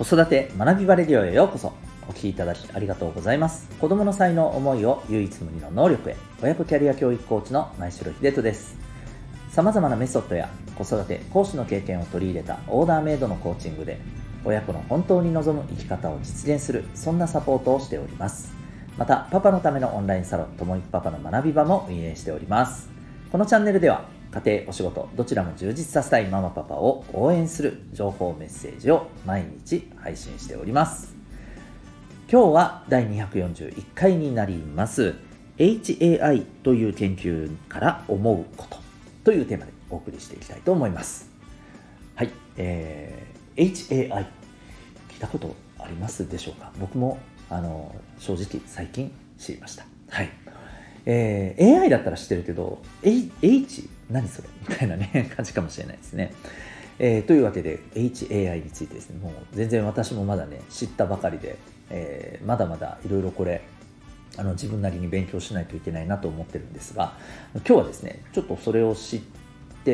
子育て学びバレディオへようこそ。お聞きいただきありがとうございます。子供の才能、思いを唯一無二の能力へ、親子キャリア教育コーチの前城秀人です。様々なメソッドや子育て講師の経験を取り入れたオーダーメイドのコーチングで、親子の本当に望む生き方を実現する、そんなサポートをしております。またパパのためのオンラインサロンともいくパパの学び場も運営しております。このチャンネルでは家庭、お仕事どちらも充実させたいママパパを応援する情報メッセージを毎日配信しております。今日は第241回になります。 HAI という研究から思うことというテーマでお送りしていきたいと思います。はい、HAI 聞いたことありますでしょうか。僕も正直最近知りました。はい、AI だったら知ってるけど H 何それみたいなね感じかもしれないですね。というわけで HAI についてですね、もう全然私もまだね知ったばかりで、まだまだいろいろこれ自分なりに勉強しないといけないなと思ってるんですが、今日はですねちょっとそれを知って、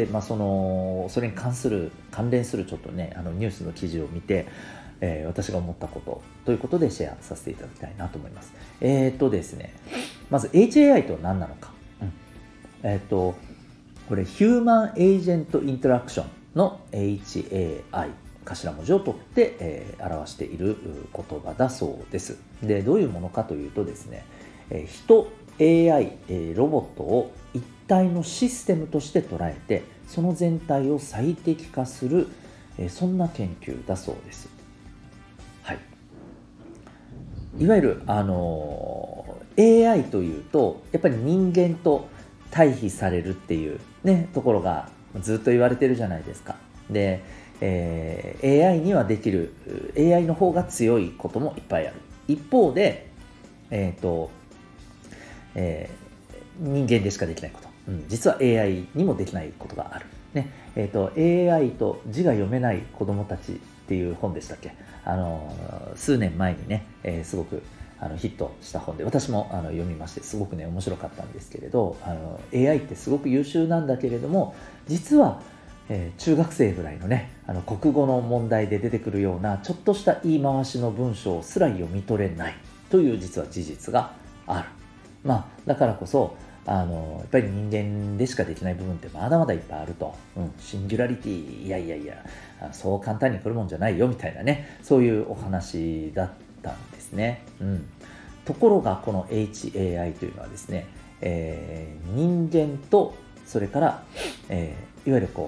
それに関連するちょっとねニュースの記事を見て、私が思ったことということでシェアさせていただきたいなと思います。ですね、まず HAI とは何なのか、これヒューマンエージェントインタラクションの HAI 頭文字を取って、表している言葉だそうです。で、どういうものかというとですね、人、AI、ロボットを一体のシステムとして捉えて、その全体を最適化する、そんな研究だそうです。はい。いわゆるAI というとやっぱり人間と対比されるっていうねところがずっと言われてるじゃないですか。で、AI にはできる AI の方が強いこともいっぱいある。一方で、人間でしかできないこと、実は AI にもできないことがある、ね。AI と字が読めない子どもたちっていう本でしたっけ。数年前にね、すごくヒットした本で、私も読みましてすごくね面白かったんですけれど、AI ってすごく優秀なんだけれども、実は、中学生ぐらいのね国語の問題で出てくるようなちょっとした言い回しの文章すら読み取れないという実は事実がある。だからこそやっぱり人間でしかできない部分ってまだまだいっぱいあると、シンギュラリティ、いやそう簡単に来るもんじゃないよみたいなね、そういうお話だったんですね。ところがこの HAI というのはですね、人間とそれから、いわゆる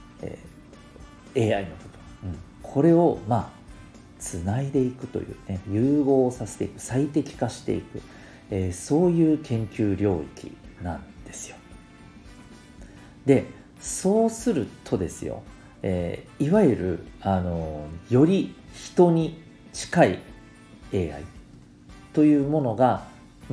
AI の部分、これをつないでいくというね、融合させていく、最適化していく、そういう研究領域なんですよ。で、そうするとですよ、いわゆるより人に近い AI というものが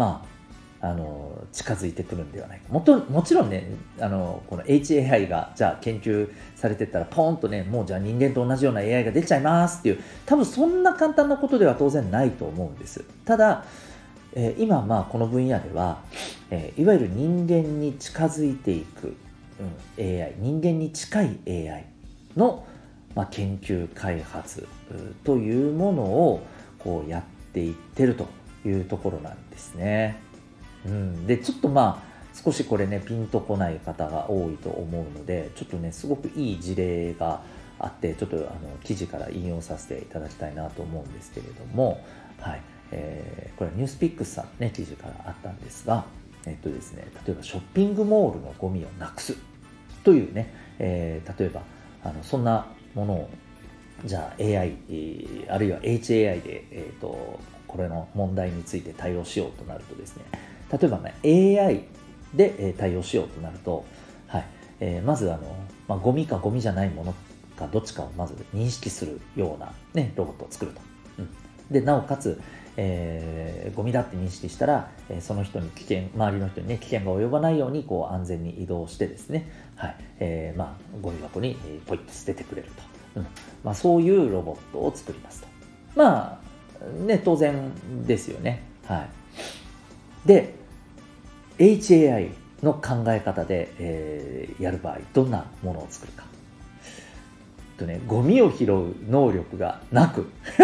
近づいてくるんではないか。もちろんねこの HAI がじゃあ研究されてったらポーンとね、もうじゃあ人間と同じような AI ができちゃいますっていう、多分そんな簡単なことでは当然ないと思うんです。ただ今この分野では、いわゆる人間に近づいていく、AI、人間に近い AI の、研究開発というものをこうやっていってるというところなんですね。でちょっと少しこれねピンとこない方が多いと思うので、ちょっとねすごくいい事例があって、ちょっと記事から引用させていただきたいなと思うんですけれども、はい、これはニュースピックスさんの、ね、記事からあったんですが、ですね、例えばショッピングモールのゴミをなくすというね、例えばそんなものをじゃあ AI、あるいは HAI で、これの問題について対応しようとなるとですね、例えばね AI で対応しようとなると、まずゴミかゴミじゃないものかどっちかをまず認識するような、ね、ロボットを作ると。でなおかつ、ゴミだって認識したら、その人に周りの人にね危険が及ばないようにこう安全に移動してですね、ゴミ箱にポイッと捨ててくれると、そういうロボットを作りますと。当然ですよね。で HAI の考え方で、やる場合どんなものを作るか。 ゴミを拾う能力がなく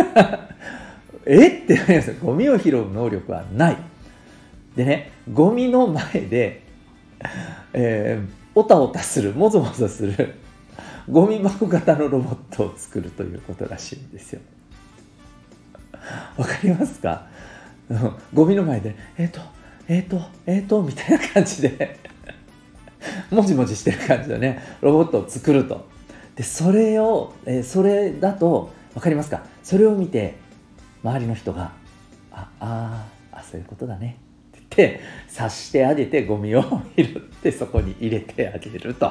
ってなりますよ。ゴミを拾う能力はないでね、ゴミの前で、おたおたする、もぞもぞするゴミ箱型のロボットを作るということらしいんですよ。わかりますか？ゴミの前でみたいな感じでもじもじしてる感じのねロボットを作ると。でそれだとわかりますか？それを見て周りの人がそういうことだねって言って察してあげて、ゴミを拾ってそこに入れてあげると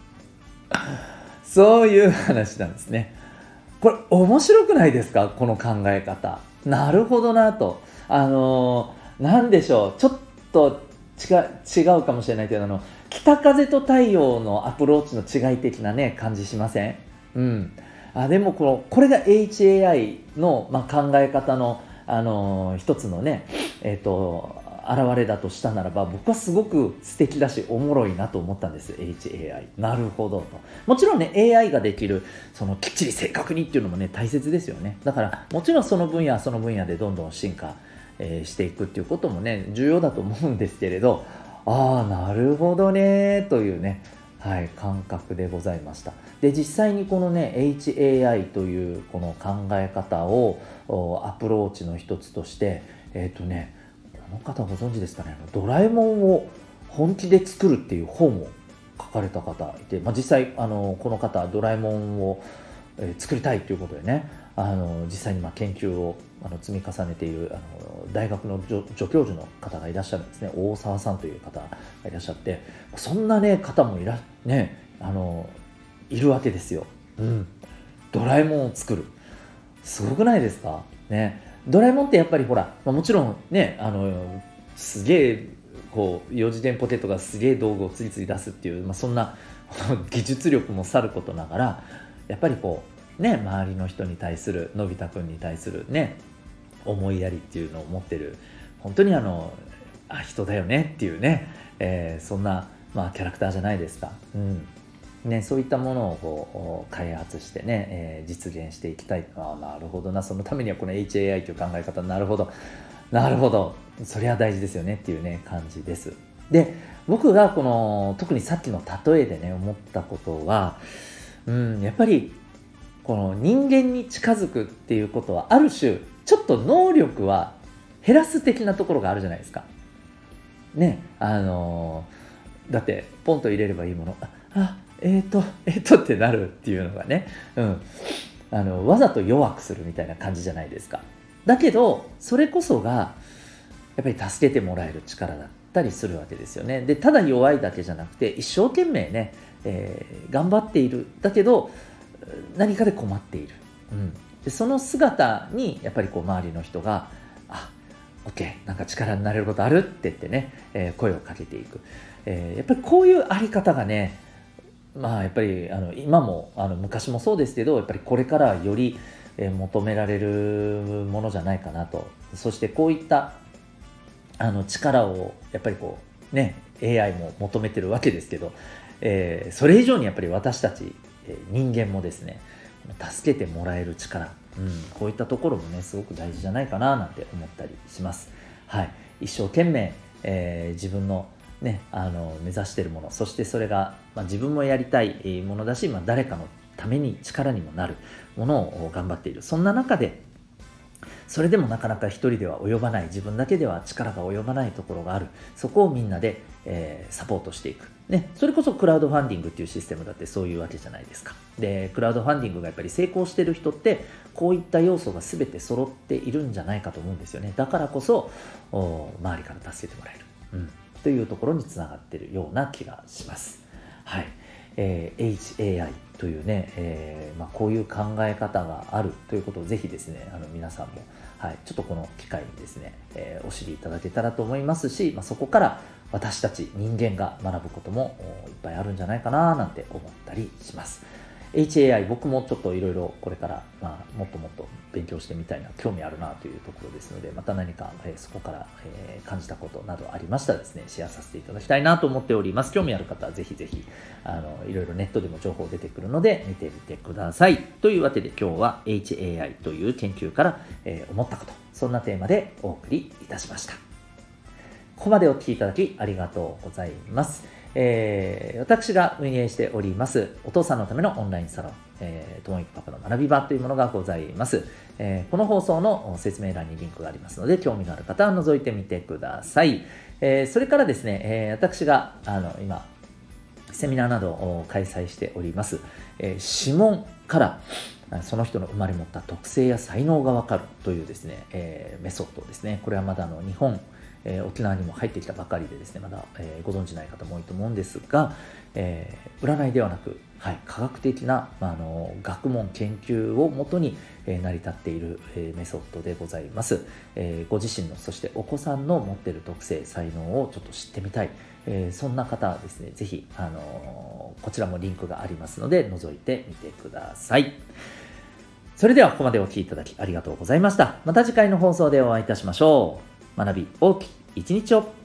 そういう話なんですね。これ面白くないですか？この考え方。なるほどなと。なんでしょう、ちょっと違うかもしれないけど、北風と太陽のアプローチの違い的なね感じしません？でもこれが HAI の、考え方の、一つのね現れだとしたならば、僕はすごく素敵だしおもろいなと思ったんです。 HAI なるほどと。もちろんね AI ができるきっちり正確にっていうのもね大切ですよね。だからもちろんその分野でどんどん進化、していくっていうこともね重要だと思うんですけれど、なるほどねというね、感覚でございました。で実際にこのね HAI というこの考え方をアプローチの一つとしてこの方ご存知ですかね、ドラえもんを本気で作るっていう本を書かれた方いて、実際この方ドラえもんを作りたいということでね実際に研究を積み重ねている大学の助教授の方がいらっしゃるんですね。大沢さんという方がいらっしゃって、そんなね方もいるわけですよ。ドラえもんを作る、すごくないですかね。ドラえもんってやっぱりほら、もちろんねすげえ4次元ポケットがすげえ道具を次々出すっていう、そんな技術力もさることながら、やっぱり周りの人に対する、のび太くんに対するね思いやりっていうのを持ってる、本当に人だよねっていうね、そんな、キャラクターじゃないですか。そういったものを開発してね、実現していきたい。なるほどな、そのためにはこの HAI という考え方、なるほどそれは大事ですよねっていうね感じです。で僕が特にさっきの例えでね思ったことは、やっぱりこの人間に近づくっていうことはある種ちょっと能力は減らす的なところがあるじゃないですかね。だってポンと入れればいいもの、ってなるっていうのがね、わざと弱くするみたいな感じじゃないですか。だけどそれこそがやっぱり助けてもらえる力だったりするわけですよね。でただ弱いだけじゃなくて一生懸命ね、頑張っている、だけど何かで困っている、でその姿にやっぱり周りの人がOK、 なんか力になれることあるって言ってね、声をかけていく、やっぱりこういうあり方がね、やっぱり今も昔もそうですけど、やっぱりこれからより求められるものじゃないかなと。そしてこういった力をやっぱりAI も求めてるわけですけど、それ以上にやっぱり私たち、人間もですね助けてもらえる力、こういったところもねすごく大事じゃないかななんて思ったりします。一生懸命、自分のね目指しているもの、そしてそれが、自分もやりたいものだし、誰かのために力にもなるものを頑張っている。そんな中でそれでもなかなか一人では及ばない、自分だけでは力が及ばないところがある。そこをみんなで、サポートしていく、それこそクラウドファンディングっていうシステムだってそういうわけじゃないですか。でクラウドファンディングがやっぱり成功している人ってこういった要素が全て揃っているんじゃないかと思うんですよね。だからこそ周りから助けてもらえる、というところにつながっているような気がします。HAI というね、こういう考え方があるということをぜひですね皆さんも、ちょっとこの機会にですね、お知りいただけたらと思いますし、そこから私たち人間が学ぶこともいっぱいあるんじゃないかななんて思ったりします。 HAI 僕もちょっといろいろこれから、もっともっと勉強してみたいな、興味あるなというところですので、また何か、そこから、感じたことなどありましたらですね、シェアさせていただきたいなと思っております。興味ある方はぜひぜひいろいろネットでも情報出てくるので見てみてください。というわけで今日は HAI という研究から、思ったこと、そんなテーマでお送りいたしました。ここまでお聞きいただきありがとうございます。私が運営しておりますお父さんのためのオンラインサロン、ともいくパパの学び場というものがございます。この放送の説明欄にリンクがありますので、興味のある方は覗いてみてください。それからですね、私が今セミナーなどを開催しております。指紋からその人の生まれ持った特性や才能がわかるというですね、メソッドですね。これはまだ日本沖縄にも入ってきたばかりでですね、まだ、ご存知ない方も多いと思うんですが、占いではなく、科学的な、学問研究をもとに、成り立っている、メソッドでございます。ご自身のそしてお子さんの持っている特性才能をちょっと知ってみたい、そんな方はですね、ぜひ、こちらもリンクがありますので覗いてみてください。それではここまでお聞きいただきありがとうございました。また次回の放送でお会いいたしましょう。学び大きい一日を。